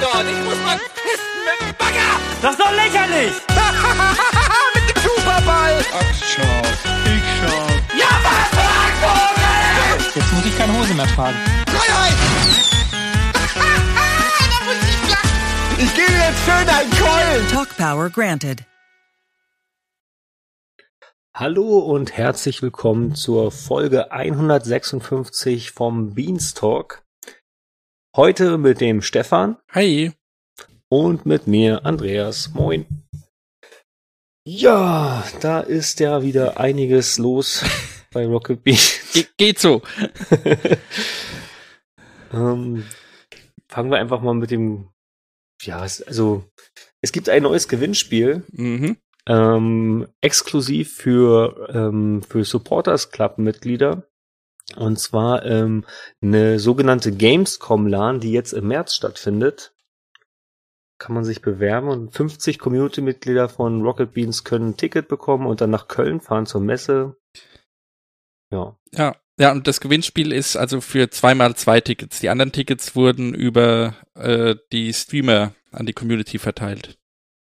Gott, ich muss mal pissen mit dem Bagger! Das ist doch lächerlich! Mit dem Superball! Ach, schau, ich schau. Ja, was, Vogel! Jetzt muss ich keine Hose mehr tragen. Freiheit! Ich gebe jetzt schön einen Keulen! Talk Power granted. Hallo und herzlich willkommen zur Folge 156 vom Beanstalk. Heute mit dem Stefan. Hi. Und mit mir, Andreas. Moin. Ja, da ist ja wieder einiges los bei Rocket Beans. Geht so. Fangen wir einfach mal mit dem, es gibt ein neues Gewinnspiel. Exklusiv für Supporters Club Mitglieder. Und zwar eine sogenannte Gamescom-LAN, die jetzt im März stattfindet. Kann man sich bewerben und 50 Community-Mitglieder von Rocket Beans können ein Ticket bekommen und dann nach Köln fahren zur Messe. Ja, und das Gewinnspiel ist also für 2x2 Tickets. Die anderen Tickets wurden über die Streamer an die Community verteilt.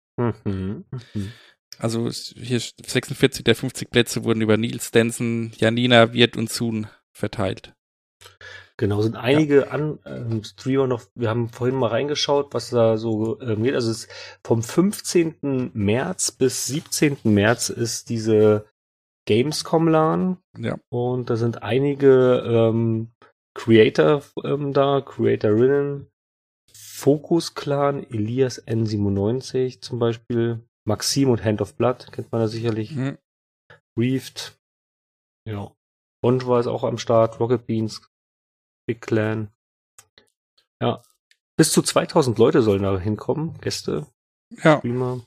Also hier 46 der 50 Plätze wurden über Nils, Denson, Janina, Wirt und Sun verteilt. Genau, sind einige Streamer noch, wir haben vorhin mal reingeschaut, was da so geht. Also es ist vom 15. März bis 17. März ist diese Gamescom-LAN. Ja. Und da sind einige Creator da, Creatorinnen. Focus Clan, Elias N97 zum Beispiel, Maxim und Hand of Blood, kennt man da sicherlich. Reefed, ja. Bonjour ist auch am Start, Rocket Beans, Big Clan. Ja, bis zu 2000 Leute sollen da hinkommen, Gäste, Streamer,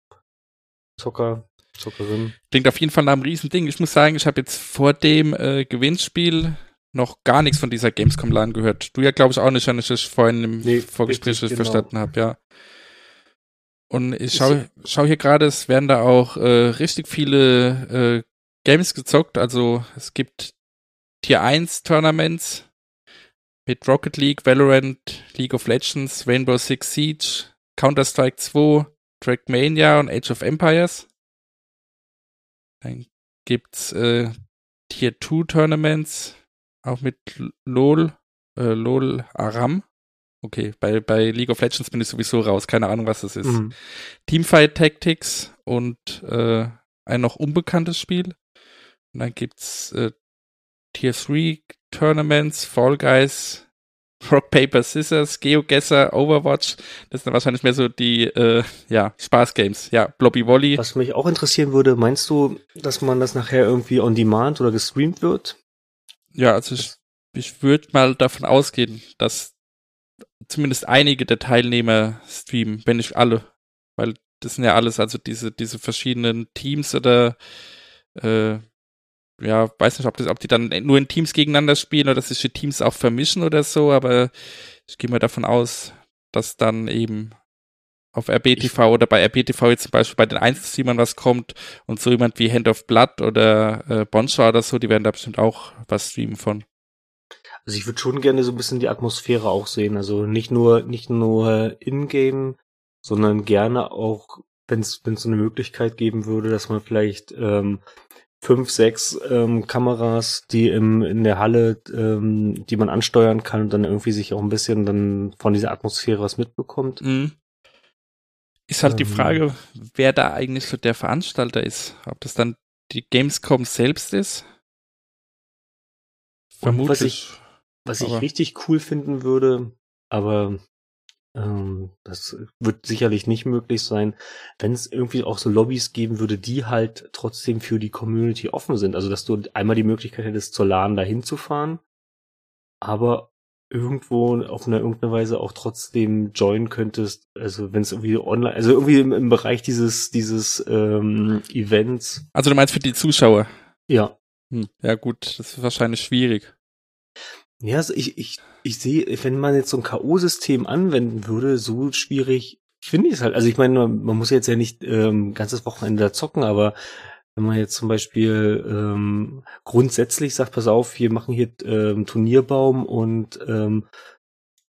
Zockerinnen. Klingt auf jeden Fall nach einem Riesending. Ich muss sagen, ich habe jetzt vor dem Gewinnspiel noch gar nichts von dieser Gamescom-LAN gehört. Du ja, glaube ich, auch nicht, wenn ich das vorhin im Vorgespräch verstanden habe, ja. Und ich schau hier gerade, es werden da auch richtig viele Games gezockt. Also es gibt Tier 1 Tournaments mit Rocket League, Valorant, League of Legends, Rainbow Six Siege, Counter-Strike 2, Trackmania und Age of Empires. Dann gibt's Tier 2 Tournaments, auch mit LOL Aram. Okay, bei League of Legends bin ich sowieso raus, keine Ahnung, was das ist. Teamfight Tactics und ein noch unbekanntes Spiel. Und dann gibt's Tier 3 Tournaments, Fall Guys, Rock, Paper, Scissors, GeoGuessr, Overwatch. Das sind wahrscheinlich mehr so die Spaßgames. Ja, Blobby Volley. Was mich auch interessieren würde, meinst du, dass man das nachher irgendwie on demand oder gestreamt wird? Ja, also ich würde mal davon ausgehen, dass zumindest einige der Teilnehmer streamen, wenn nicht alle. Weil das sind ja alles, also diese verschiedenen Teams oder weiß nicht, ob die dann nur in Teams gegeneinander spielen oder dass sich die Teams auch vermischen oder so, aber ich gehe mal davon aus, dass dann eben auf RBTV oder bei RBTV jetzt zum Beispiel bei den Einzelstreamern was kommt und so jemand wie Hand of Blood oder Bonjour oder so, die werden da bestimmt auch was streamen von. Also ich würde schon gerne so ein bisschen die Atmosphäre auch sehen, also nicht nur in-game, sondern gerne auch, wenn es so eine Möglichkeit geben würde, dass man vielleicht 5, 6 Kameras, die in der Halle, die man ansteuern kann und dann irgendwie sich auch ein bisschen dann von dieser Atmosphäre was mitbekommt. Ist halt die Frage, wer da eigentlich so der Veranstalter ist. Ob das dann die Gamescom selbst ist? Vermutlich. Was ich richtig cool finden würde, aber das wird sicherlich nicht möglich sein, wenn es irgendwie auch so Lobbys geben würde, die halt trotzdem für die Community offen sind. Also dass du einmal die Möglichkeit hättest, zur LAN dahin zu fahren, aber irgendwo auf irgendeine Weise auch trotzdem joinen könntest, also wenn es irgendwie online, also irgendwie im Bereich dieses Events. Also du meinst für die Zuschauer? Ja. Ja gut, das ist wahrscheinlich schwierig. Ja, also ich sehe, wenn man jetzt so ein K.O.-System anwenden würde, so schwierig finde ich es halt. Also ich meine, man muss jetzt ja nicht ganzes Wochenende da zocken, aber wenn man jetzt zum Beispiel grundsätzlich sagt, pass auf, wir machen hier Turnierbaum und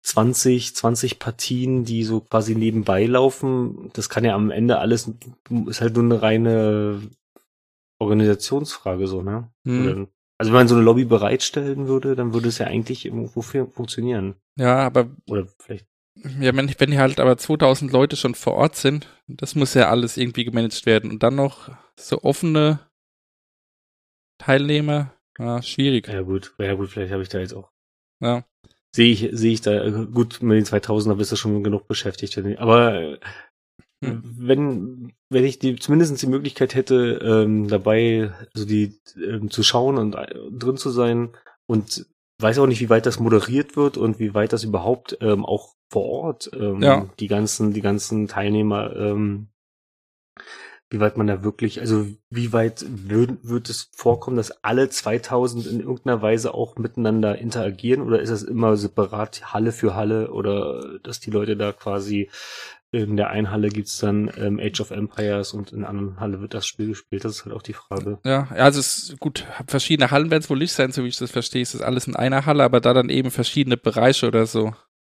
20 Partien, die so quasi nebenbei laufen. Das kann ja am Ende alles, ist halt nur eine reine Organisationsfrage so, ne? Oder, also wenn man so eine Lobby bereitstellen würde, dann würde es ja eigentlich irgendwo funktionieren. Ja, aber oder vielleicht. Ja, wenn hier halt aber 2000 Leute schon vor Ort sind, das muss ja alles irgendwie gemanagt werden. Und dann noch so offene Teilnehmer, schwierig. Ja gut, vielleicht habe ich da jetzt auch. Ja. Sehe ich da, gut, mit den 2000er bist du schon genug beschäftigt. Aber wenn ich zumindest die Möglichkeit hätte, dabei, also die zu schauen und drin zu sein, und weiß auch nicht, wie weit das moderiert wird und wie weit das überhaupt auch vor Ort die ganzen Teilnehmer, wie weit man da wirklich, also wie weit wird es vorkommen, dass alle 2000 in irgendeiner Weise auch miteinander interagieren, oder ist das immer separat Halle für Halle, oder dass die Leute da quasi in der einen Halle gibt's dann Age of Empires und in der anderen Halle wird das Spiel gespielt? Das ist halt auch die Frage. Ja, also es ist gut, verschiedene Hallen werden es wohl nicht sein, so wie ich das verstehe, ist das alles in einer Halle, aber da dann eben verschiedene Bereiche oder so.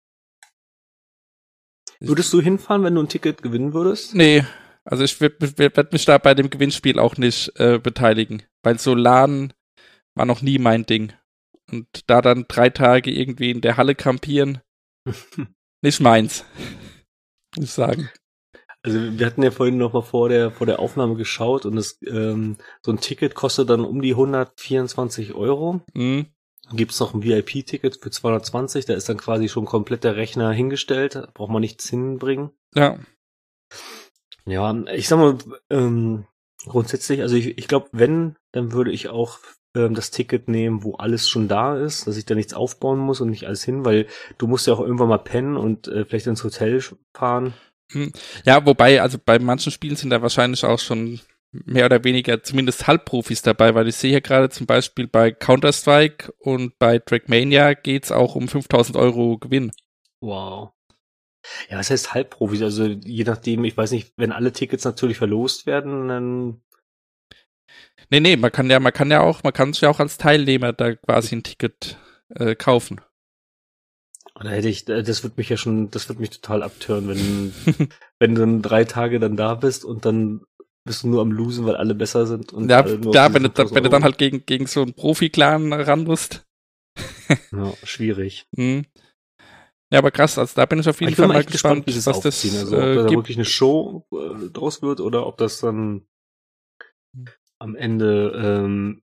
Würdest du hinfahren, wenn du ein Ticket gewinnen würdest? Nee, also ich werd mich da bei dem Gewinnspiel auch nicht beteiligen, weil so LAN war noch nie mein Ding. Und da dann 3 Tage irgendwie in der Halle campieren, nicht meins, muss ich sagen. Also wir hatten ja vorhin noch mal vor der Aufnahme geschaut, und so ein Ticket kostet dann um die 124 €. Gibt's noch ein VIP-Ticket für 220, da ist dann quasi schon komplett der Rechner hingestellt, da braucht man nichts hinbringen. Ja. Ja, ich sag mal, grundsätzlich, also ich glaube, wenn, dann würde ich auch das Ticket nehmen, wo alles schon da ist, dass ich da nichts aufbauen muss und nicht alles hin, weil du musst ja auch irgendwann mal pennen und vielleicht ins Hotel fahren. Ja, wobei, also bei manchen Spielen sind da wahrscheinlich auch schon mehr oder weniger zumindest Halbprofis dabei, weil ich sehe hier gerade zum Beispiel bei Counter-Strike und bei Trackmania geht's auch um 5.000 € Gewinn. Wow. Ja, was heißt Halbprofis? Also je nachdem, ich weiß nicht, wenn alle Tickets natürlich verlost werden, dann... Nee, man kann sich ja auch als Teilnehmer da quasi ein Ticket kaufen. Da hätte ich, das wird mich total abtören, wenn du dann 3 Tage dann da bist und dann bist du nur am Losen, weil alle besser sind. Und ja, wenn du dann halt gegen so einen Profi-Clan ran musst. Ja, schwierig. Ja, aber krass, also da bin ich auf jeden Fall mal gespannt, was das also, ob da wirklich eine Show draus wird, oder ob das dann am Ende,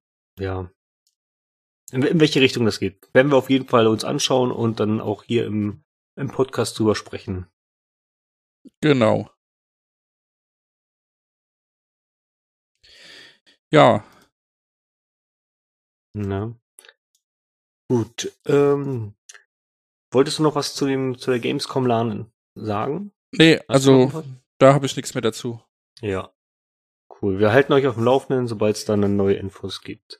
in welche Richtung das geht. Werden wir auf jeden Fall uns anschauen und dann auch hier im Podcast drüber sprechen. Genau. Ja. Na. Gut. Wolltest du noch was zu der Gamescom LAN sagen? Nee, also da habe ich nichts mehr dazu. Ja. Cool. Wir halten euch auf dem Laufenden, sobald es dann neue Infos gibt.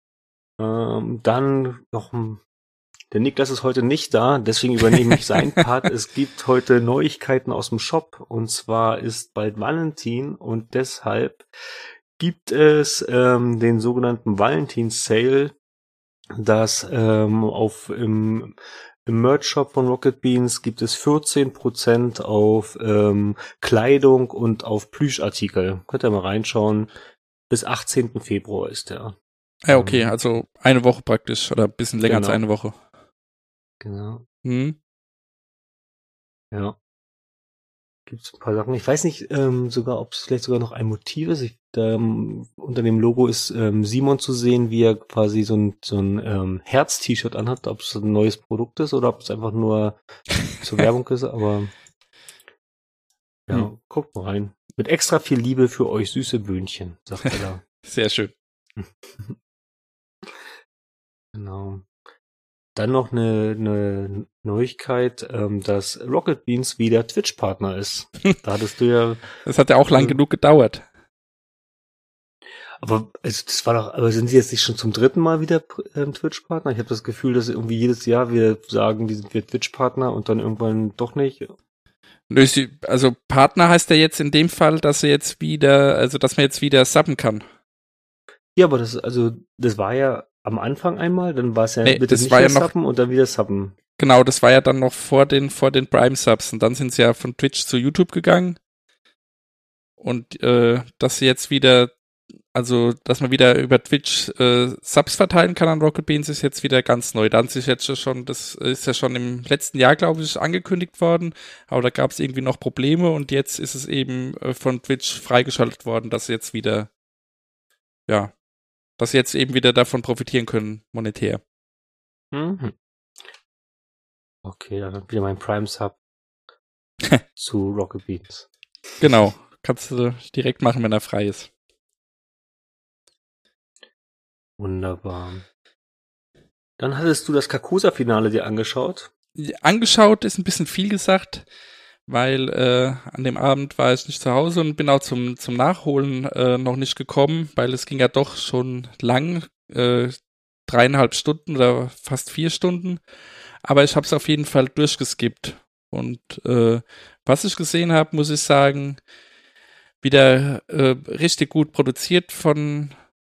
Dann noch der Niklas ist heute nicht da, deswegen übernehme ich seinen Part. Es gibt heute Neuigkeiten aus dem Shop, und zwar ist bald Valentin, und deshalb gibt es den sogenannten Valentins-Sale, das im Merch-Shop von Rocket Beans gibt es 14% auf Kleidung und auf Plüschartikel. Könnt ihr mal reinschauen. Bis 18. Februar ist der. Ja, okay, also eine Woche praktisch, oder ein bisschen länger als eine Woche. Genau. Ja. Gibt's ein paar Sachen. Ich weiß nicht ob es vielleicht sogar noch ein Motiv ist. Unter dem Logo ist Simon zu sehen, wie er quasi so ein Herz-T-Shirt anhat, ob es ein neues Produkt ist oder ob es einfach nur zur Werbung ist, aber ja, guckt mal rein. Mit extra viel Liebe für euch süße Böhnchen, sagt er da. Sehr schön. Genau. Dann noch eine Neuigkeit, dass Rocket Beans wieder Twitch-Partner ist. Da hattest du ja... Das hat ja auch lang genug gedauert. Aber sind sie jetzt nicht schon zum 3. Mal wieder Twitch-Partner? Ich habe das Gefühl, dass irgendwie jedes Jahr wir sagen, die sind wir Twitch-Partner und dann irgendwann doch nicht. Nö, also Partner heißt ja jetzt in dem Fall, dass man jetzt wieder subben kann. Ja, aber das war ja am Anfang einmal, dann war es ja bitte nicht mehr subben und dann wieder subben. Genau, das war ja dann noch vor den Prime-Subs und dann sind sie ja von Twitch zu YouTube gegangen. Und dass sie jetzt wieder, also dass man wieder über Twitch Subs verteilen kann an Rocket Beans, ist jetzt wieder ganz neu. Da haben sich jetzt schon, das ist ja schon im letzten Jahr, glaube ich, angekündigt worden, aber da gab es irgendwie noch Probleme und jetzt ist es eben von Twitch freigeschaltet worden, dass sie jetzt wieder, ja, dass sie jetzt eben wieder davon profitieren können, monetär. Mhm. Okay, dann wieder mein Prime-Sub zu Rocket Beans. Genau, kannst du direkt machen, wenn er frei ist. Wunderbar. Dann hattest du das Carcosa-Finale dir angeschaut? Angeschaut ist ein bisschen viel gesagt, weil an dem Abend war ich nicht zu Hause und bin auch zum Nachholen noch nicht gekommen, weil es ging ja doch schon lang, 3,5 Stunden oder fast 4 Stunden. Aber ich habe es auf jeden Fall durchgeskippt. Und was ich gesehen habe, muss ich sagen, wieder richtig gut produziert von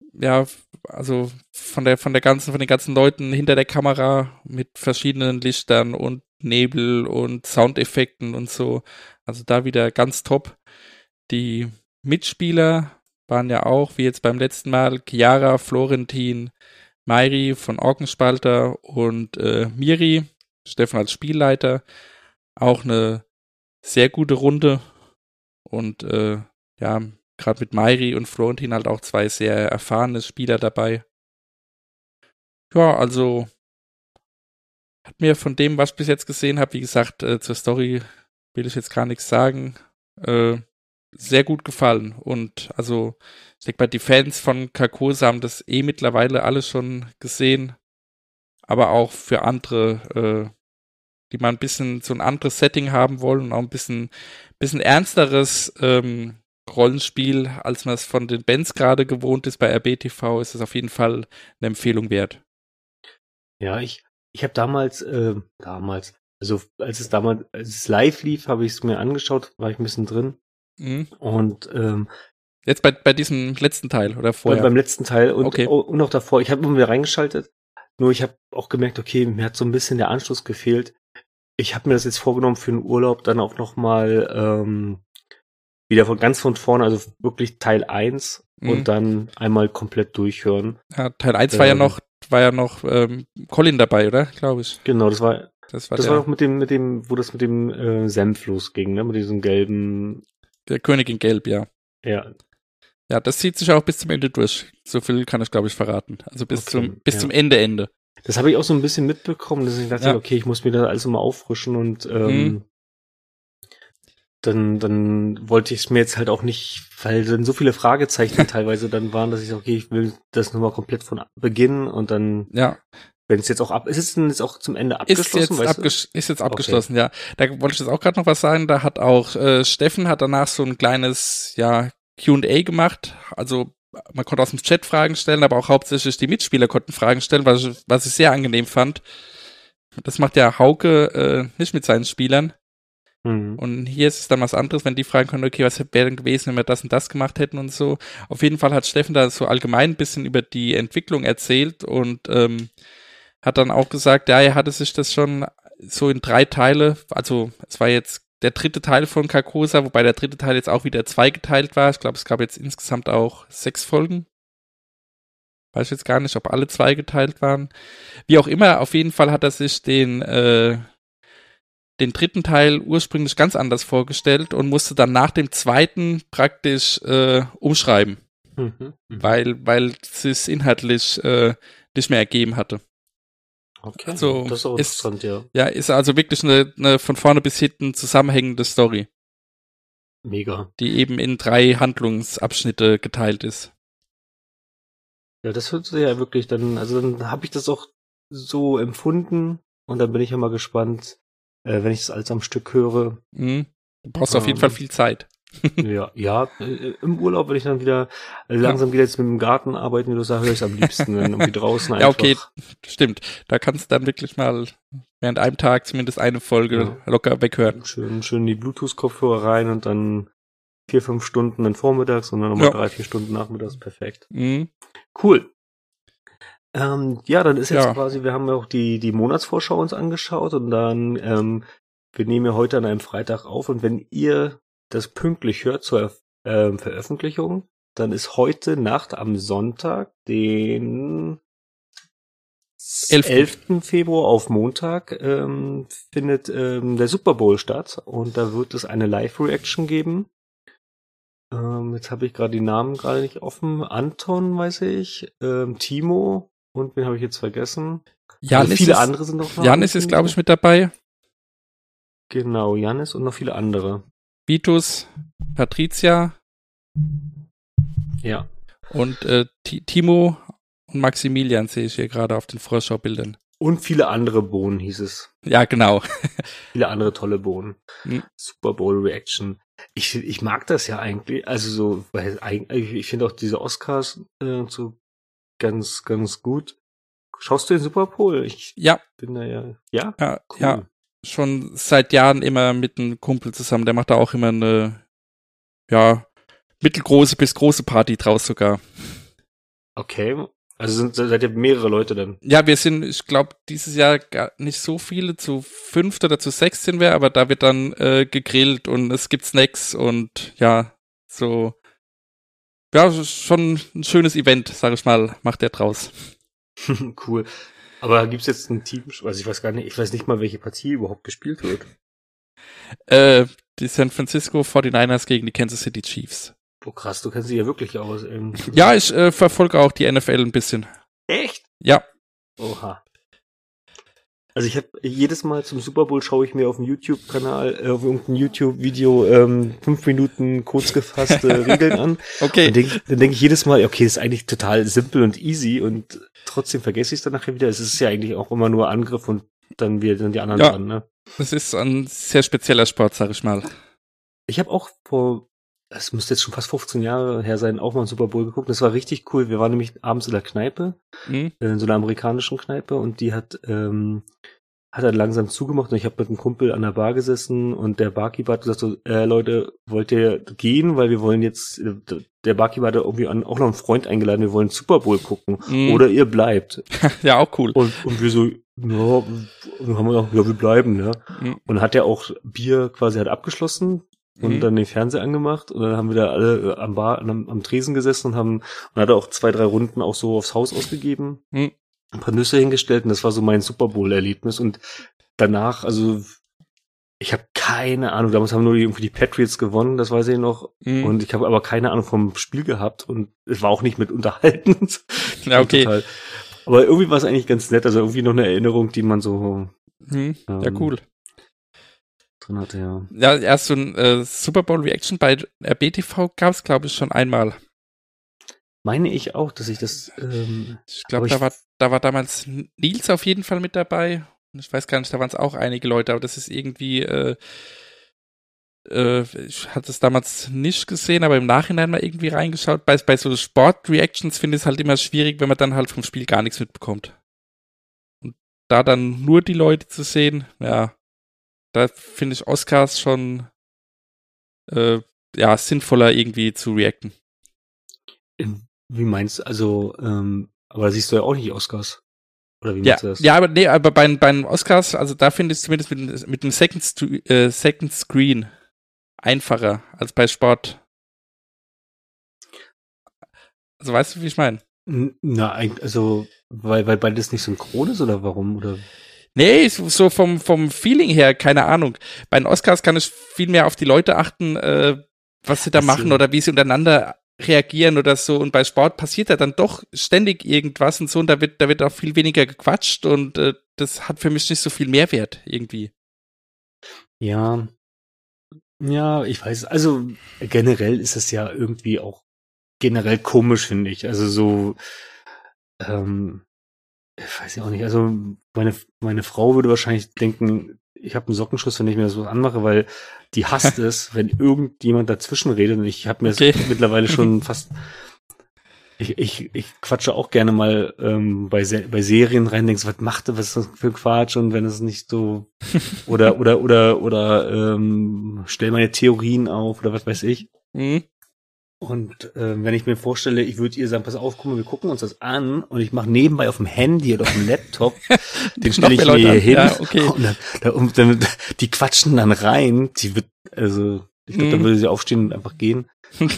den ganzen Leuten hinter der Kamera mit verschiedenen Lichtern und Nebel und Soundeffekten und so. Also da wieder ganz top. Die Mitspieler waren ja auch, wie jetzt beim letzten Mal, Chiara, Florentin, Mairi von Orkenspalter und Miri, Steffen als Spielleiter. Auch eine sehr gute Runde. Und gerade mit Mairi und Florentin halt auch 2 sehr erfahrene Spieler dabei. Ja, also hat mir von dem, was ich bis jetzt gesehen habe, wie gesagt, zur Story will ich jetzt gar nichts sagen, sehr gut gefallen. Und also ich denke mal, die Fans von Carcosa haben das mittlerweile alle schon gesehen, aber auch für andere, die mal ein bisschen so ein anderes Setting haben wollen und auch ein bisschen ernsteres Rollenspiel, als man es von den Bands gerade gewohnt ist bei RBTV, ist es auf jeden Fall eine Empfehlung wert. Ja, ich habe damals, also als es live lief, habe ich es mir angeschaut, war ich ein bisschen drin. Mhm. Und jetzt bei diesem letzten Teil oder vorher? Beim letzten Teil und, okay. Und auch davor. Ich habe immer wieder reingeschaltet, nur ich habe auch gemerkt, okay, mir hat so ein bisschen der Anschluss gefehlt. Ich habe mir das jetzt vorgenommen für den Urlaub, dann auch nochmal wieder ganz von vorne, also wirklich Teil 1 und dann einmal komplett durchhören. Ja, Teil 1 war ja noch Colin dabei, oder? Glaube ich. Genau, das war doch mit dem, wo das mit dem Senf losging, ne? Mit diesem gelben. Der König in Gelb, ja. Ja. Ja, das zieht sich auch bis zum Ende durch. So viel kann ich, glaube ich, verraten. Also bis zum Ende. Das habe ich auch so ein bisschen mitbekommen, dass ich dachte, okay, ich muss mir das alles mal auffrischen und dann wollte ich es mir jetzt halt auch nicht, weil dann so viele Fragezeichen teilweise dann waren, dass ich okay, ich will das nochmal komplett von Beginn und dann, wenn es jetzt auch ist es denn jetzt auch zum Ende abgeschlossen? Ist jetzt abgeschlossen, okay. Ja. Da wollte ich jetzt auch gerade noch was sagen, da hat auch Steffen hat danach so ein kleines, Q&A gemacht, also man konnte aus dem Chat Fragen stellen, aber auch hauptsächlich die Mitspieler konnten Fragen stellen, was ich sehr angenehm fand. Das macht ja Hauke nicht mit seinen Spielern. Und hier ist es dann was anderes, wenn die fragen können, okay, was wäre denn gewesen, wenn wir das und das gemacht hätten und so. Auf jeden Fall hat Steffen da so allgemein ein bisschen über die Entwicklung erzählt und hat dann auch gesagt, ja, er hatte sich das schon so in 3 Teile, also es war jetzt der 3. Teil von Carcosa, wobei der 3. Teil jetzt auch wieder 2 geteilt war. Ich glaube, es gab jetzt insgesamt auch 6 Folgen. Weiß ich jetzt gar nicht, ob alle 2 geteilt waren. Wie auch immer, auf jeden Fall hat er sich den 3. Teil ursprünglich ganz anders vorgestellt und musste dann nach dem 2. praktisch umschreiben. Weil es sich inhaltlich nicht mehr ergeben hatte. Okay, also das ist auch interessant, ja. Ja, ist also wirklich eine von vorne bis hinten zusammenhängende Story. Mega. Die eben in 3 Handlungsabschnitte geteilt ist. Ja, das hört sich ja wirklich dann habe ich das auch so empfunden und dann bin ich ja mal gespannt, wenn ich das alles am Stück höre. Du brauchst auf jeden Fall viel Zeit. Ja, im Urlaub, wenn ich dann wieder langsam wieder jetzt mit dem Garten arbeiten, wie du sagst, höre ich es am liebsten, dann irgendwie draußen einfach. Ja, okay, stimmt. Da kannst du dann wirklich mal während einem Tag zumindest eine Folge locker weghören. Schön die Bluetooth-Kopfhörer rein und dann 4-5 Stunden dann vormittags und dann nochmal 3-4 Stunden nachmittags. Perfekt. Cool. Ja, dann ist jetzt quasi, wir haben ja auch die Monatsvorschau uns angeschaut und dann, wir nehmen ja heute an einem Freitag auf und wenn ihr das pünktlich hört zur Veröffentlichung, dann ist heute Nacht am Sonntag, den 11. Februar auf Montag, findet der Super Bowl statt und da wird es eine Live-Reaction geben. Jetzt habe ich gerade die Namen gerade nicht offen. Anton, weiß ich, Timo und wen habe ich jetzt vergessen? Janis, also viele andere sind noch da. Janis ist, glaube ich, mit dabei. Genau, Janis und noch viele andere. Vitus, Patricia. Ja. Und Timo und Maximilian sehe ich hier gerade auf den Vorschaubildern. Und viele andere Bohnen hieß es. Ja, genau. Viele andere tolle Bohnen. Super Bowl Reaction. Ich mag das ja eigentlich, also so, weil ich finde auch diese Oscars so ganz, ganz gut. Schaust du den Super Bowl? Ja. Bin da ja. Ja? Ja, cool. ja. Schon seit Jahren immer mit einem Kumpel zusammen. Der macht da auch immer eine, mittelgroße bis große Party draus sogar. Okay. Also seid ihr mehrere Leute dann? Ja, wir sind, ich glaube, dieses Jahr gar nicht so viele, zu 5 oder zu 6 sind wir, aber da wird dann gegrillt und es gibt Snacks und so. Ja, schon ein schönes Event, sag ich mal, macht der draus. Cool. Aber gibt's jetzt ein Team, also ich weiß nicht mal, welche Partie überhaupt gespielt wird. Die San Francisco 49ers gegen die Kansas City Chiefs. Oh krass, du kennst dich ja wirklich aus. Ja, ich verfolge auch die NFL ein bisschen. Echt? Ja. Oha. Also ich habe jedes Mal zum Super Bowl schaue ich mir auf dem YouTube-Kanal, auf irgendein YouTube-Video 5 Minuten kurz gefasste Regeln an. Okay. Dann denk ich jedes Mal, okay, das ist eigentlich total simpel und easy und trotzdem vergesse ich es dann nachher wieder. Es ist ja eigentlich auch immer nur Angriff und dann wieder die anderen dran, ne? Das ist ein sehr spezieller Sport, sag ich mal. Ich habe auch es müsste jetzt schon fast 15 Jahre her sein, auch mal einen Super Bowl geguckt. Das war richtig cool. Wir waren nämlich abends in der Kneipe, in so einer amerikanischen Kneipe und die hat dann langsam zugemacht und ich habe mit einem Kumpel an der Bar gesessen und der Barkeeper hat gesagt so, Leute, wollt ihr gehen, weil wir wollen jetzt, der Barkeeper hat irgendwie auch noch einen Freund eingeladen, wir wollen Super Bowl gucken oder ihr bleibt. Ja, auch cool. Und wir so, ja, dann haben wir gesagt, ja, wir bleiben, ne? Und dann hat er auch Bier quasi abgeschlossen und dann den Fernseher angemacht und dann haben wir da alle am Tresen gesessen und hat er auch 2, 3 Runden auch so aufs Haus ausgegeben. Ein paar Nüsse hingestellt und das war so mein Super Bowl-Erlebnis und danach, also ich habe keine Ahnung, damals haben nur irgendwie die Patriots gewonnen, das weiß ich noch und ich habe aber keine Ahnung vom Spiel gehabt und es war auch nicht mit unterhaltend. Ja, okay. Total. Aber irgendwie war es eigentlich ganz nett, also irgendwie noch eine Erinnerung, die man so ja, cool. Drin hatte, ja. Ja, erst so ein Super Bowl Reaction bei RBTV gab es, glaube ich, schon einmal. Meine ich auch, dass ich das ich glaube, da war damals Nils auf jeden Fall mit dabei. Ich weiß gar nicht, da waren es auch einige Leute, aber das ist irgendwie ich hatte es damals nicht gesehen, aber im Nachhinein mal irgendwie reingeschaut. Bei so Sport-Reactions finde ich es halt immer schwierig, wenn man dann halt vom Spiel gar nichts mitbekommt. Und da dann nur die Leute zu sehen, ja, da finde ich Oscars schon sinnvoller irgendwie zu reacten. Wie meinst du, also, aber da siehst du ja auch nicht Oscars. Oder wie meinst du das? Ja, aber bei den Oscars, also da finde ich es zumindest mit dem Second Screen einfacher als bei Sport. Also weißt du, wie ich meine? Na, also, weil beides nicht synchron ist oder warum? Oder? Nee, so vom Feeling her, keine Ahnung. Bei den Oscars kann ich viel mehr auf die Leute achten, was sie da machen oder wie sie untereinander reagieren oder so. Und bei Sport passiert ja dann doch ständig irgendwas und so und da wird auch viel weniger gequatscht und das hat für mich nicht so viel Mehrwert irgendwie. Ja, ich weiß. Also generell ist es ja irgendwie auch generell komisch, finde ich. Also so, ich weiß ja auch nicht. Also meine Frau würde wahrscheinlich denken, ich habe einen Sockenschuss, wenn ich mir das so anmache, weil die hasst es, wenn irgendjemand dazwischen redet. Und ich habe mir das mittlerweile schon fast. Ich quatsche auch gerne mal bei Serien rein, denkst, was macht er, was ist das für Quatsch? Und wenn es nicht so oder stell meine Theorien auf oder was weiß ich. Und wenn ich mir vorstelle, ich würde ihr sagen, pass auf, guck mal, wir gucken uns das an und ich mache nebenbei auf dem Handy oder auf dem Laptop, den stelle ich mir hier hin. Ja, okay. Und dann, die quatschen dann rein. Ich glaube, dann würde sie aufstehen und einfach gehen.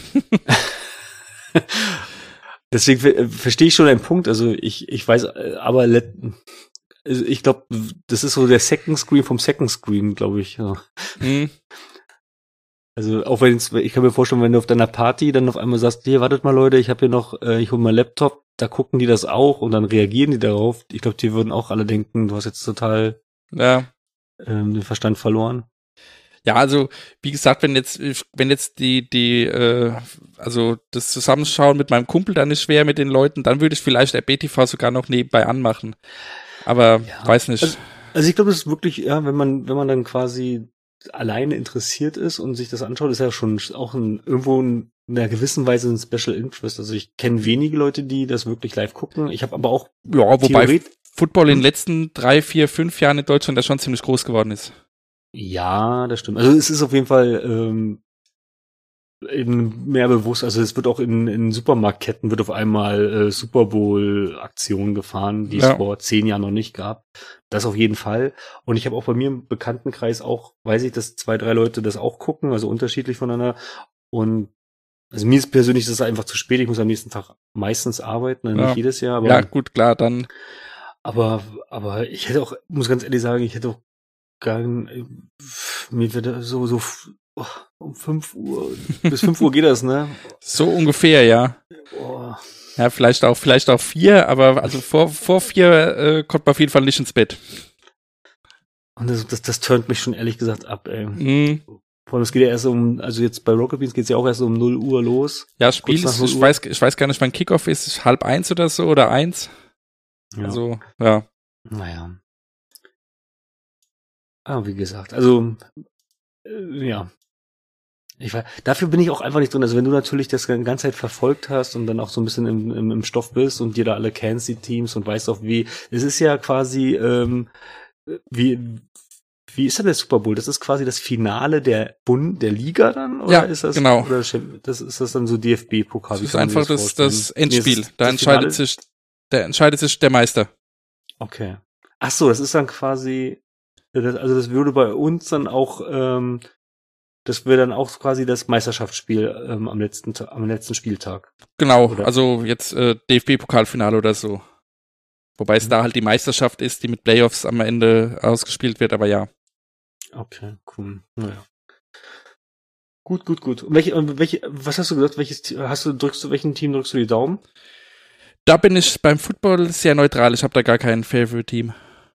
Deswegen verstehe ich schon einen Punkt. Also ich weiß, aber ich glaube, das ist so der Second Screen vom Second Screen, glaube ich. Ja. Also auch ich kann mir vorstellen, wenn du auf deiner Party dann auf einmal sagst, hier, wartet mal Leute, ich habe hier noch, ich hole meinen Laptop, da gucken die das auch und dann reagieren die darauf. Ich glaube, die würden auch alle denken, du hast jetzt total den Verstand verloren. Ja, also wie gesagt, wenn jetzt also das Zusammenschauen mit meinem Kumpel dann ist schwer mit den Leuten, dann würde ich vielleicht RBTV sogar noch nebenbei anmachen. Aber weiß nicht. Also ich glaube, es ist wirklich, ja, wenn man dann quasi alleine interessiert ist und sich das anschaut, ist ja schon auch irgendwo in einer gewissen Weise ein Special Interest. Also ich kenne wenige Leute, die das wirklich live gucken. Ich habe aber auch wobei Football in den letzten 3, 4, 5 Jahren in Deutschland ja schon ziemlich groß geworden ist. Ja, das stimmt. Also es ist auf jeden Fall eben mehr bewusst. Also es wird auch in Supermarktketten wird auf einmal Super Bowl Aktionen gefahren, die es vor 10 Jahren noch nicht gab. Das auf jeden Fall. Und ich habe auch bei mir im Bekanntenkreis auch, weiß ich, dass 2, 3 Leute das auch gucken, also unterschiedlich voneinander. Und also mir ist persönlich das einfach zu spät. Ich muss am nächsten Tag meistens arbeiten, nicht jedes Jahr. Aber, ja, gut, klar, dann. Aber ich hätte auch, muss ganz ehrlich sagen, ich hätte auch mir wird so um 5 Uhr, bis 5 Uhr geht das, ne? So ungefähr, ja. Oh. Ja, vielleicht auch 4, aber also vor 4 kommt man auf jeden Fall nicht ins Bett. Und das turnt mich schon ehrlich gesagt ab, ey. Vor allem, es geht ja erst also jetzt bei Rocket Beans geht's ja auch erst um 0 Uhr los. Ja, Spiel ist, ich weiß gar nicht, wann Kickoff ist, 12:30 oder so, oder 1. Ja. Also, ja. Naja. Wie gesagt, also, ja. Dafür bin ich auch einfach nicht drin. Also wenn du natürlich das die ganze Zeit verfolgt hast und dann auch so ein bisschen im Stoff bist und dir da alle kennst, die Teams und weißt auch es ist ja quasi, wie ist denn der Super Bowl? Das ist quasi das Finale der Liga dann? Oder ja, ist das, genau. Oder ist das dann so DFB-Pokal? Das ist einfach das Endspiel. Da entscheidet sich der Meister. Okay. Ach so, das ist dann quasi, das würde bei uns dann auch, das wäre dann auch quasi das Meisterschaftsspiel am letzten Spieltag. Genau, oder? Also jetzt DFB-Pokalfinale oder so. Wobei es da halt die Meisterschaft ist, die mit Playoffs am Ende ausgespielt wird, aber ja. Okay, cool. Naja. Gut. Und was hast du gesagt? Welchem Team drückst du die Daumen? Da bin ich beim Football sehr neutral. Ich habe da gar kein Favorite-Team.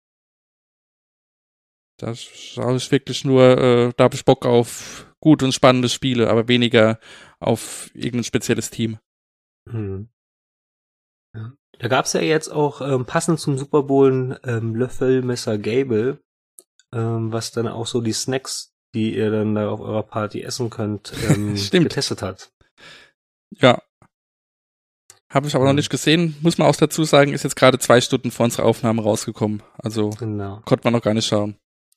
Da schaue ich wirklich nur, da habe ich Bock auf gute und spannende Spiele, aber weniger auf irgendein spezielles Team. Ja. Da gab's ja jetzt auch passend zum Super Bowl Löffel, Messer, Gabel, was dann auch so die Snacks, die ihr dann da auf eurer Party essen könnt, getestet hat. Ja. Habe ich aber noch nicht gesehen. Muss man auch dazu sagen, ist jetzt gerade 2 Stunden vor unserer Aufnahme rausgekommen. Also konnte man noch gar nicht schauen.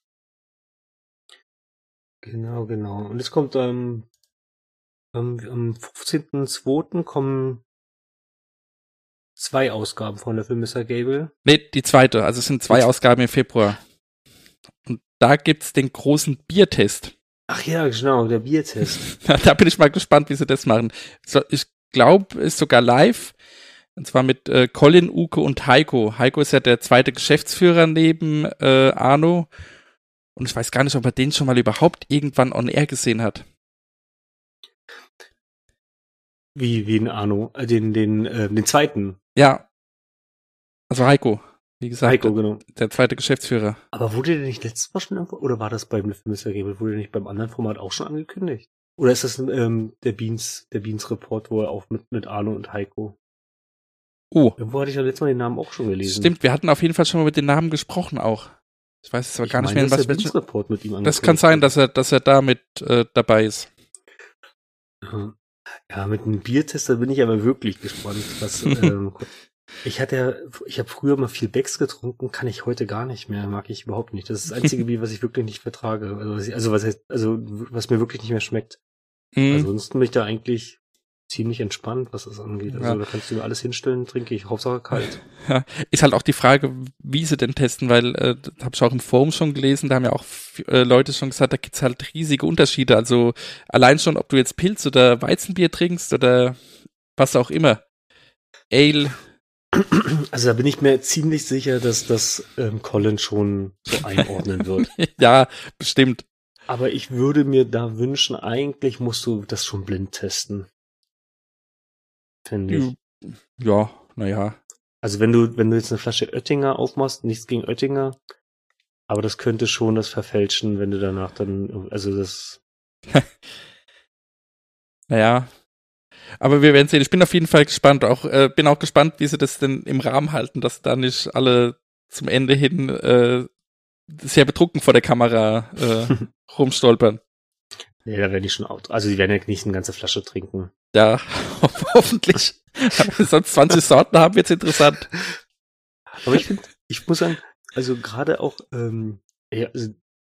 Genau. Und es kommt am 15.02. kommen 2 Ausgaben von der Film Mr. Gable. Nee, die zweite. Also es sind 2 Ausgaben im Februar. Und da gibt's den großen Biertest. Ach ja, genau, der Biertest. Da bin ich mal gespannt, wie sie das machen. Ich glaube, ist sogar live. Und zwar mit Colin, Uke und Heiko. Heiko ist ja der zweite Geschäftsführer neben Arno. Und ich weiß gar nicht, ob er den schon mal überhaupt irgendwann on air gesehen hat. Wie in Arno? Den zweiten? Ja. Also Heiko. Wie gesagt, Heiko, genau. Der zweite Geschäftsführer. Aber wurde der nicht letztes Mal schon irgendwo, oder war das beim Mr. Gable, wurde der nicht beim anderen Format auch schon angekündigt? Oder ist das der Beans Report, wo er auch mit Arno und Heiko? Irgendwo hatte ich ja letztes Mal den Namen auch schon gelesen. Stimmt, wir hatten auf jeden Fall schon mal mit den Namen gesprochen auch. Ich weiß es aber gar nicht mehr, in was der Beans Report mit ihm das kann sein, dass er da mit dabei ist. Ja, mit einem Biertester bin ich aber wirklich gespannt. Ich habe früher mal viel Becks getrunken, kann ich heute gar nicht mehr, mag ich überhaupt nicht. Das ist das einzige Bier, was ich wirklich nicht vertrage. Was mir wirklich nicht mehr schmeckt. Ansonsten bin ich da eigentlich ziemlich entspannt, was das angeht. Also da kannst du mir alles hinstellen, trinke ich, Hauptsache kalt. Ja, ist halt auch die Frage, wie sie denn testen, weil, habe ich auch im Forum schon gelesen, da haben ja auch Leute schon gesagt, da gibt's halt riesige Unterschiede. Also allein schon, ob du jetzt Pilz oder Weizenbier trinkst oder was auch immer. Ale. Also da bin ich mir ziemlich sicher, dass das Colin schon so einordnen wird. Ja, bestimmt. Aber ich würde mir da wünschen, eigentlich musst du das schon blind testen. Finde ich. Ja, naja. Also wenn du jetzt eine Flasche Oettinger aufmachst, nichts gegen Oettinger, aber das könnte schon das verfälschen, wenn du danach dann, also das... Naja. Aber wir werden sehen. Ich bin auf jeden Fall gespannt. Bin auch gespannt, wie sie das denn im Rahmen halten, dass da nicht alle zum Ende hin sehr betrunken vor der Kamera rumstolpern. Nee, da werden die schon also die werden ja nicht eine ganze Flasche trinken. Ja, hoffentlich. Sonst 20 Sorten haben, wird's interessant. Aber ich muss sagen, also gerade auch, ja, also,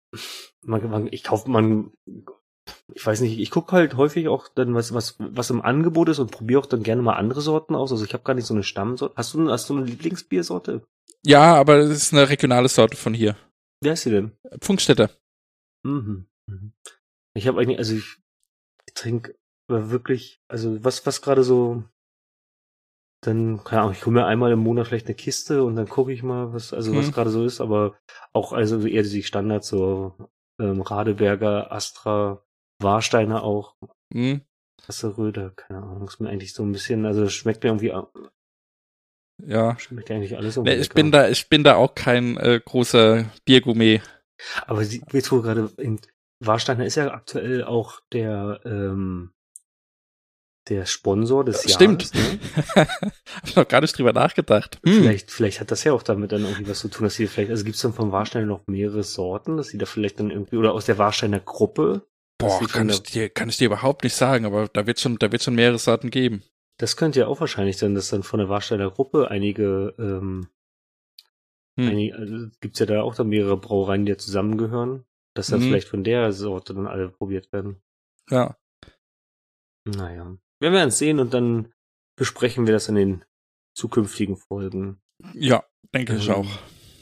ich weiß nicht, ich gucke halt häufig auch dann, was im Angebot ist und probiere auch dann gerne mal andere Sorten aus. Also ich habe gar nicht so eine Stammsorte. Hast du eine Lieblingsbiersorte? Ja, aber es ist eine regionale Sorte von hier. Wer ist sie denn? Pfungstädter. Mhm. Ich habe eigentlich, also ich trinke wirklich, also was gerade so, dann, keine Ahnung, ich hole mir einmal im Monat vielleicht eine Kiste und dann gucke ich mal, was gerade so ist, aber auch also eher die Standards, so Radeberger, Astra, Warsteiner auch, Röder, keine Ahnung, ist mir eigentlich so ein bisschen, also schmeckt mir irgendwie, ja, schmeckt eigentlich alles irgendwie. Nee, ich bin da auch kein großer Biergourmet. Aber jetzt wo gerade Warsteiner ist ja aktuell auch der Sponsor des Jahres. Stimmt. Ne? Hab ich noch gar nicht drüber nachgedacht. Vielleicht hat das ja auch damit dann irgendwie was zu tun, dass sie vielleicht, also gibt es dann vom Warsteiner noch mehrere Sorten, dass sie da vielleicht dann irgendwie, oder aus der Warsteiner Gruppe. Boah, kann ich dir überhaupt nicht sagen, aber da wird schon mehrere Sorten geben. Das könnte ja auch wahrscheinlich sein, dass dann von der Warsteiner Gruppe einige, also gibt's ja da auch dann mehrere Brauereien, die ja zusammengehören, dass dann vielleicht von der Sorte dann alle probiert werden. Ja. Naja. Wir werden es sehen und dann besprechen wir das in den zukünftigen Folgen. Ja, denke ich auch.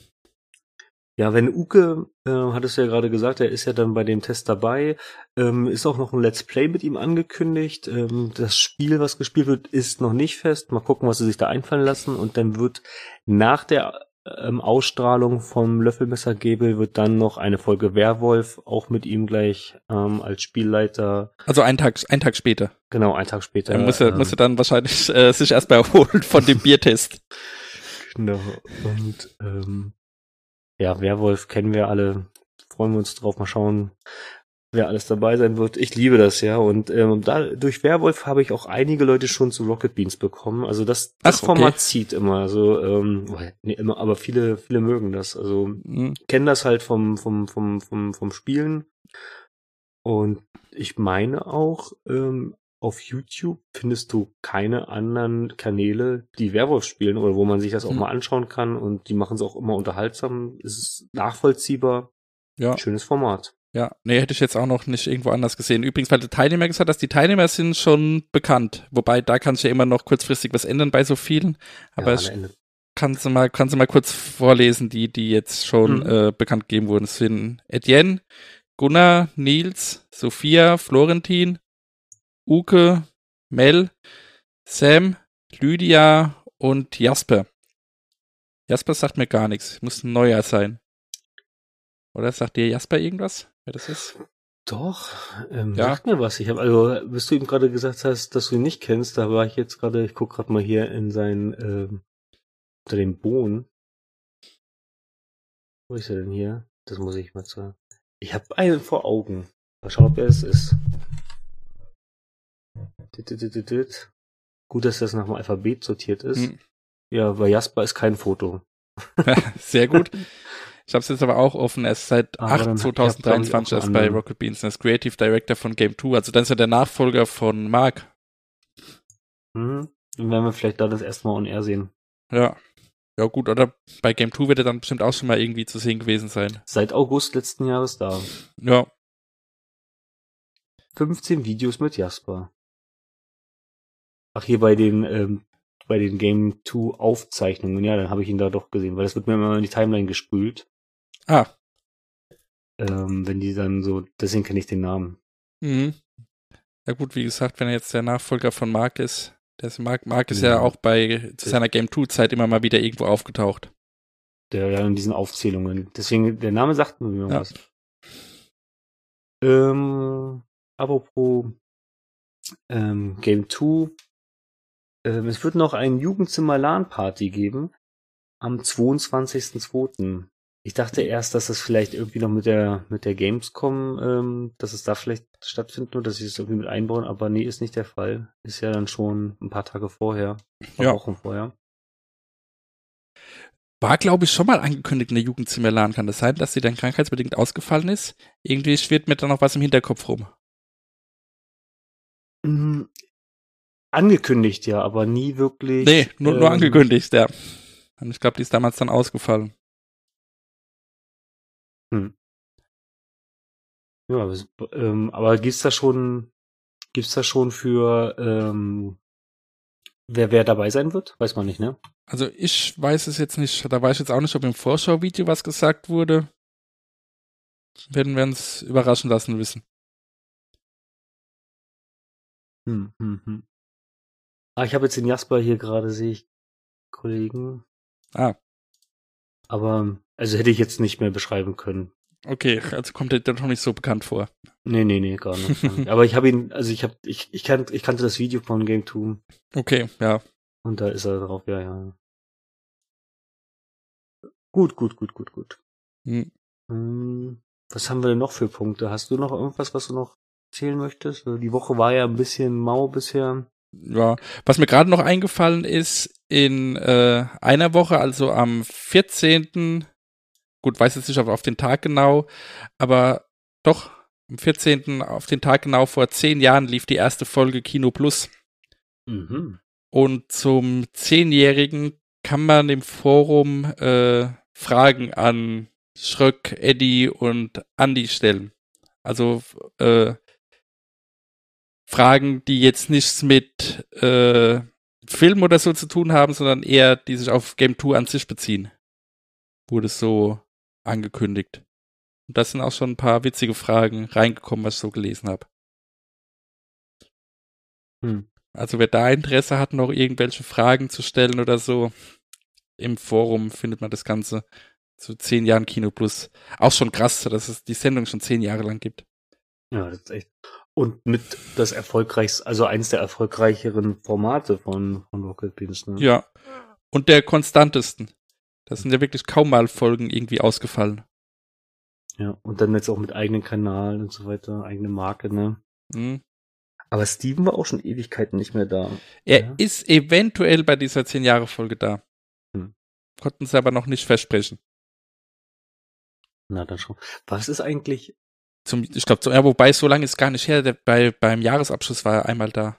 Ja, wenn Uke, hattest du ja gerade gesagt, er ist ja dann bei dem Test dabei, ist auch noch ein Let's Play mit ihm angekündigt. Das Spiel, was gespielt wird, ist noch nicht fest. Mal gucken, was sie sich da einfallen lassen. Und dann wird nach der Ausstrahlung vom Löffelmessergebel wird dann noch eine Folge Werwolf, auch mit ihm gleich als Spielleiter. Also einen Tag später. Genau, einen Tag später. Er muss er dann wahrscheinlich sich erstmal erholen von dem Biertest. Genau. Und ja, Werwolf kennen wir alle. Freuen wir uns drauf. Mal schauen, wer alles dabei sein wird. Ich liebe das, ja. Und durch Werwolf habe ich auch einige Leute schon zu Rocket Beans bekommen. Also das Format zieht immer. Also, nee, immer, aber viele mögen das. Also kennen das halt vom Spielen. Und ich meine auch, auf YouTube findest du keine anderen Kanäle, die Werwolf spielen oder wo man sich das auch mal anschauen kann. Und die machen es auch immer unterhaltsam. Es ist nachvollziehbar. Ja. Schönes Format. Ja, nee, hätte ich jetzt auch noch nicht irgendwo anders gesehen. Übrigens, weil der Teilnehmer gesagt hat, die Teilnehmer sind schon bekannt. Wobei, da kann sich ja immer noch kurzfristig was ändern bei so vielen. Aber ich kannst du mal kurz vorlesen, die jetzt schon bekannt gegeben wurden. Es sind Etienne, Gunnar, Nils, Sophia, Florentin, Uke, Mel, Sam, Lydia und Jasper. Jasper sagt mir gar nichts. Muss ein neuer sein. Oder sagt dir Jasper irgendwas, wer das ist? Doch, sagt mir was. Bis du ihm gerade gesagt hast, dass du ihn nicht kennst, da war ich jetzt gerade, ich guck gerade mal hier in seinen, unter dem Bohnen. Wo ist er denn hier? Das muss ich mal sagen. Ich habe einen vor Augen. Mal schauen, ob er es ist. Gut, dass das nach dem Alphabet sortiert ist. Ja, bei Jasper ist kein Foto. Sehr gut. Ich habe es jetzt aber auch offen. Er ist seit 2023 erst bei Rocket Beans. Er ist Creative Director von Game 2. Also dann ist er der Nachfolger von Mark. Dann werden wir vielleicht da das erste Mal on air sehen. Ja. Ja gut, oder bei Game 2 wird er dann bestimmt auch schon mal irgendwie zu sehen gewesen sein. Seit August letzten Jahres da. Ja. 15 Videos mit Jasper. Ach, hier bei den Game 2 Aufzeichnungen, ja, dann habe ich ihn da doch gesehen, weil das wird mir immer in die Timeline gespült. Ah. Wenn die dann so, deswegen kenne ich den Namen. Mhm. Ja gut, wie gesagt, wenn er jetzt der Nachfolger von Mark ist, Mark ist ja auch zu seiner Game 2 Zeit immer mal wieder irgendwo aufgetaucht. Der ja in diesen Aufzählungen. Deswegen, der Name sagt mir was. Apropos Game 2, es wird noch ein Jugendzimmer LAN-Party geben am 22.02. Ich dachte erst, dass das vielleicht irgendwie noch mit der Gamescom, dass es da vielleicht stattfindet und dass sie es irgendwie mit einbauen, aber nee, ist nicht der Fall. Ist ja dann schon ein paar Tage vorher, Wochen vorher. War, glaube ich, schon mal angekündigt in der Jugendzimmer LAN. Kann das sein, dass sie dann krankheitsbedingt ausgefallen ist? Irgendwie schwirrt mir da noch was im Hinterkopf rum. Angekündigt, ja, aber nie wirklich. Nee, nur angekündigt, ja. Und ich glaube, die ist damals dann ausgefallen. Ja, aber gibt's da schon für wer dabei sein wird? Weiß man nicht, ne? Also ich weiß es jetzt nicht. Da weiß ich jetzt auch nicht, ob im Vorschau-Video was gesagt wurde. Werden wir uns überraschen lassen wissen. Ich habe jetzt den Jasper hier gerade, sehe ich, Kollegen. Aber, also hätte ich jetzt nicht mehr beschreiben können. Okay, also kommt der doch nicht so bekannt vor. Nee, gar nicht. Aber ich habe ihn, also ich kannte das Video von Game 2. Okay, ja. Und da ist er drauf, ja. Gut. Was haben wir denn noch für Punkte? Hast du noch irgendwas, was du noch erzählen möchtest? Die Woche war ja ein bisschen mau bisher. Ja, was mir gerade noch eingefallen ist, in einer Woche, also am 14., gut, weiß jetzt nicht auf den Tag genau, aber doch, am 14. auf den Tag genau vor 10 Jahren lief die erste Folge Kino Plus. Mhm. Und zum 10-Jährigen kann man im Forum Fragen an Schröck, Eddie und Andi stellen. Also Fragen, die jetzt nichts mit Film oder so zu tun haben, sondern eher, die sich auf Game 2 an sich beziehen. Wurde so angekündigt. Und da sind auch schon ein paar witzige Fragen reingekommen, was ich so gelesen habe. Also wer da Interesse hat, noch irgendwelche Fragen zu stellen oder so, im Forum findet man das Ganze zu 10 Jahren Kino Plus. Auch schon krass, dass es die Sendung schon 10 Jahre lang gibt. Ja, das ist echt. Und mit das erfolgreichste, also eins der erfolgreicheren Formate von Rocket Beans, ne? Ja. Und der konstantesten. Das sind ja wirklich kaum mal Folgen irgendwie ausgefallen. Ja, und dann jetzt auch mit eigenen Kanal und so weiter, eigene Marke, ne? Aber Steven war auch schon Ewigkeiten nicht mehr da. Er ist eventuell bei dieser 10-Jahre-Folge da. Konnten sie aber noch nicht versprechen. Na, dann schon. Was ist eigentlich... Ich glaube, wobei so lange ist gar nicht her. Beim Jahresabschluss war er einmal da.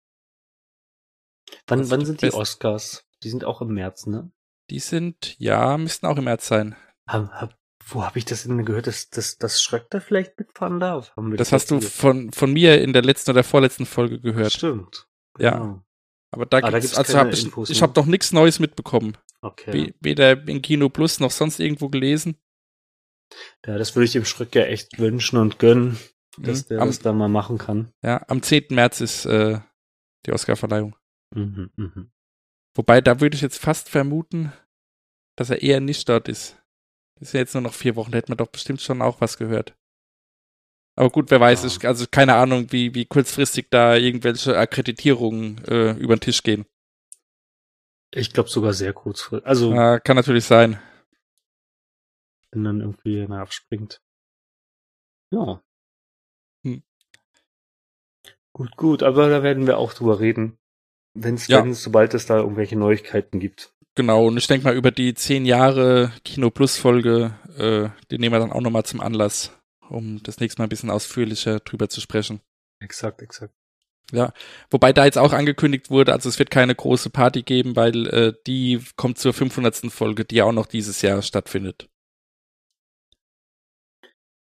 Wann sind die Oscars? Die sind auch im März, ne? Die müssten auch im März sein. Wo habe ich das denn gehört, dass Schröck da vielleicht mitfahren darf? Das hast du von mir in der letzten oder vorletzten Folge gehört. Stimmt. Genau. Ja. Aber da gibt's keine Infos, ich habe noch nichts Neues mitbekommen. Okay. Weder in Kino Plus noch sonst irgendwo gelesen. Ja, das würde ich dem Schröck ja echt wünschen und gönnen, dass der das da mal machen kann. Ja, am 10. März ist die Oscarverleihung. Wobei, da würde ich jetzt fast vermuten, dass er eher nicht dort ist. Das ist ja jetzt nur noch 4 Wochen, da hätte man doch bestimmt schon auch was gehört. Aber gut, wer weiß, also keine Ahnung, wie kurzfristig da irgendwelche Akkreditierungen über den Tisch gehen. Ich glaube sogar sehr kurzfristig. Also kann natürlich sein. Wenn dann irgendwie einer abspringt. Ja. Gut, aber da werden wir auch drüber reden. Sobald es da irgendwelche Neuigkeiten gibt. Genau, und ich denke mal, über die 10 Jahre Kino Plus Folge, die nehmen wir dann auch nochmal zum Anlass, um das nächste Mal ein bisschen ausführlicher drüber zu sprechen. Exakt. Ja, wobei da jetzt auch angekündigt wurde, also es wird keine große Party geben, weil die kommt zur 500. Folge, die ja auch noch dieses Jahr stattfindet.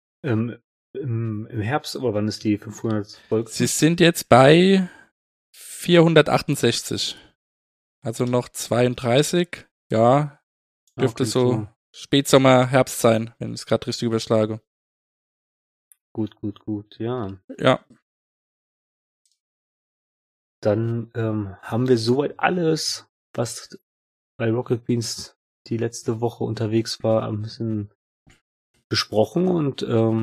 Im Herbst, aber wann ist die 500. Folge? Sie sind jetzt bei 468. Also noch 32. Ja, dürfte so Spätsommer, Herbst sein, wenn ich es gerade richtig überschlage. Gut, ja. Ja. Dann haben wir soweit alles, was bei Rocket Beans die letzte Woche unterwegs war, ein bisschen besprochen. Und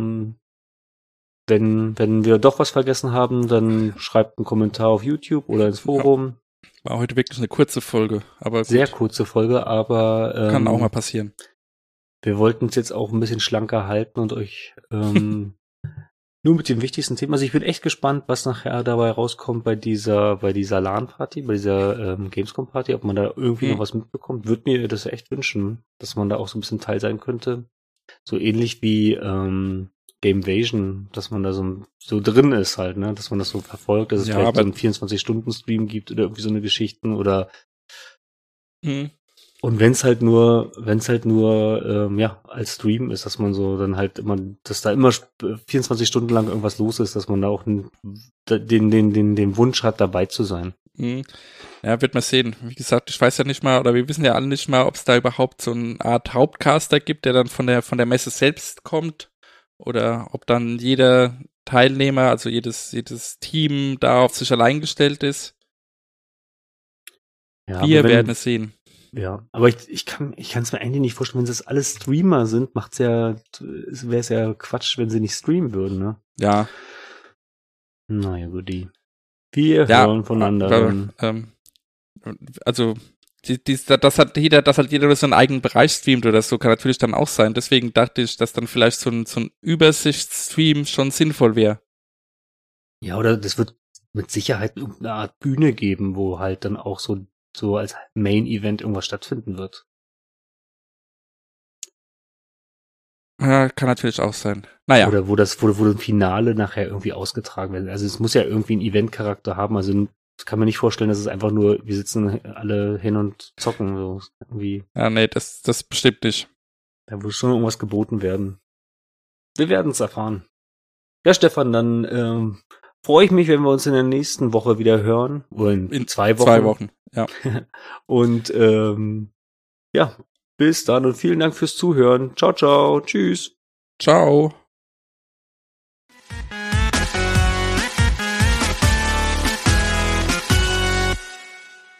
wenn wir doch was vergessen haben, dann schreibt einen Kommentar auf YouTube oder ins Forum. War heute wirklich eine kurze Folge, aber gut. Sehr kurze Folge, aber kann auch mal passieren. Wir wollten es jetzt auch ein bisschen schlanker halten und euch nur mit den wichtigsten Themen. Also ich bin echt gespannt, was nachher dabei rauskommt bei dieser LAN-Party, bei dieser Gamescom-Party, ob man da irgendwie noch was mitbekommt. Würde mir das echt wünschen, dass man da auch so ein bisschen Teil sein könnte. So ähnlich wie Gamevasion, dass man da so drin ist halt, ne, dass man das so verfolgt, dass es vielleicht so einen 24-Stunden-Stream gibt oder irgendwie so eine Geschichten oder und wenn's halt nur als Stream ist, dass man so dann halt immer, dass da immer 24 Stunden lang irgendwas los ist, dass man da auch den Wunsch hat, dabei zu sein. Ja, wird man sehen. Wie gesagt, ich weiß ja nicht mal, oder wir wissen ja alle nicht mal, ob es da überhaupt so eine Art Hauptcaster gibt, der dann von der Messe selbst kommt, oder ob dann jeder Teilnehmer, also jedes Team da auf sich allein gestellt ist. Ja, wir werden es sehen. Ja, aber ich kann es mir eigentlich nicht vorstellen, wenn es alles Streamer sind, wäre es ja Quatsch, wenn sie nicht streamen würden, ne? Ja. Naja, gut, wir hören voneinander. Also, dass halt jeder so einen eigenen Bereich streamt oder so, kann natürlich dann auch sein. Deswegen dachte ich, dass dann vielleicht so ein Übersichtsstream schon sinnvoll wäre. Ja, oder das wird mit Sicherheit irgendeine Art Bühne geben, wo halt dann auch so als Main-Event irgendwas stattfinden wird. Ja, kann natürlich auch sein. Naja. Oder wo ein Finale nachher irgendwie ausgetragen wird. Also es muss ja irgendwie einen Event-Charakter haben. Also ich kann mir nicht vorstellen, dass es einfach nur, wir sitzen alle hin und zocken. So irgendwie. Ja, nee, das bestimmt nicht. Da muss schon irgendwas geboten werden. Wir werden es erfahren. Ja, Stefan, dann freue ich mich, wenn wir uns in der nächsten Woche wieder hören. Oder in 2 Wochen. 2 Wochen, ja. Und ja, bis dann und vielen Dank fürs Zuhören. Ciao, ciao. Tschüss. Ciao.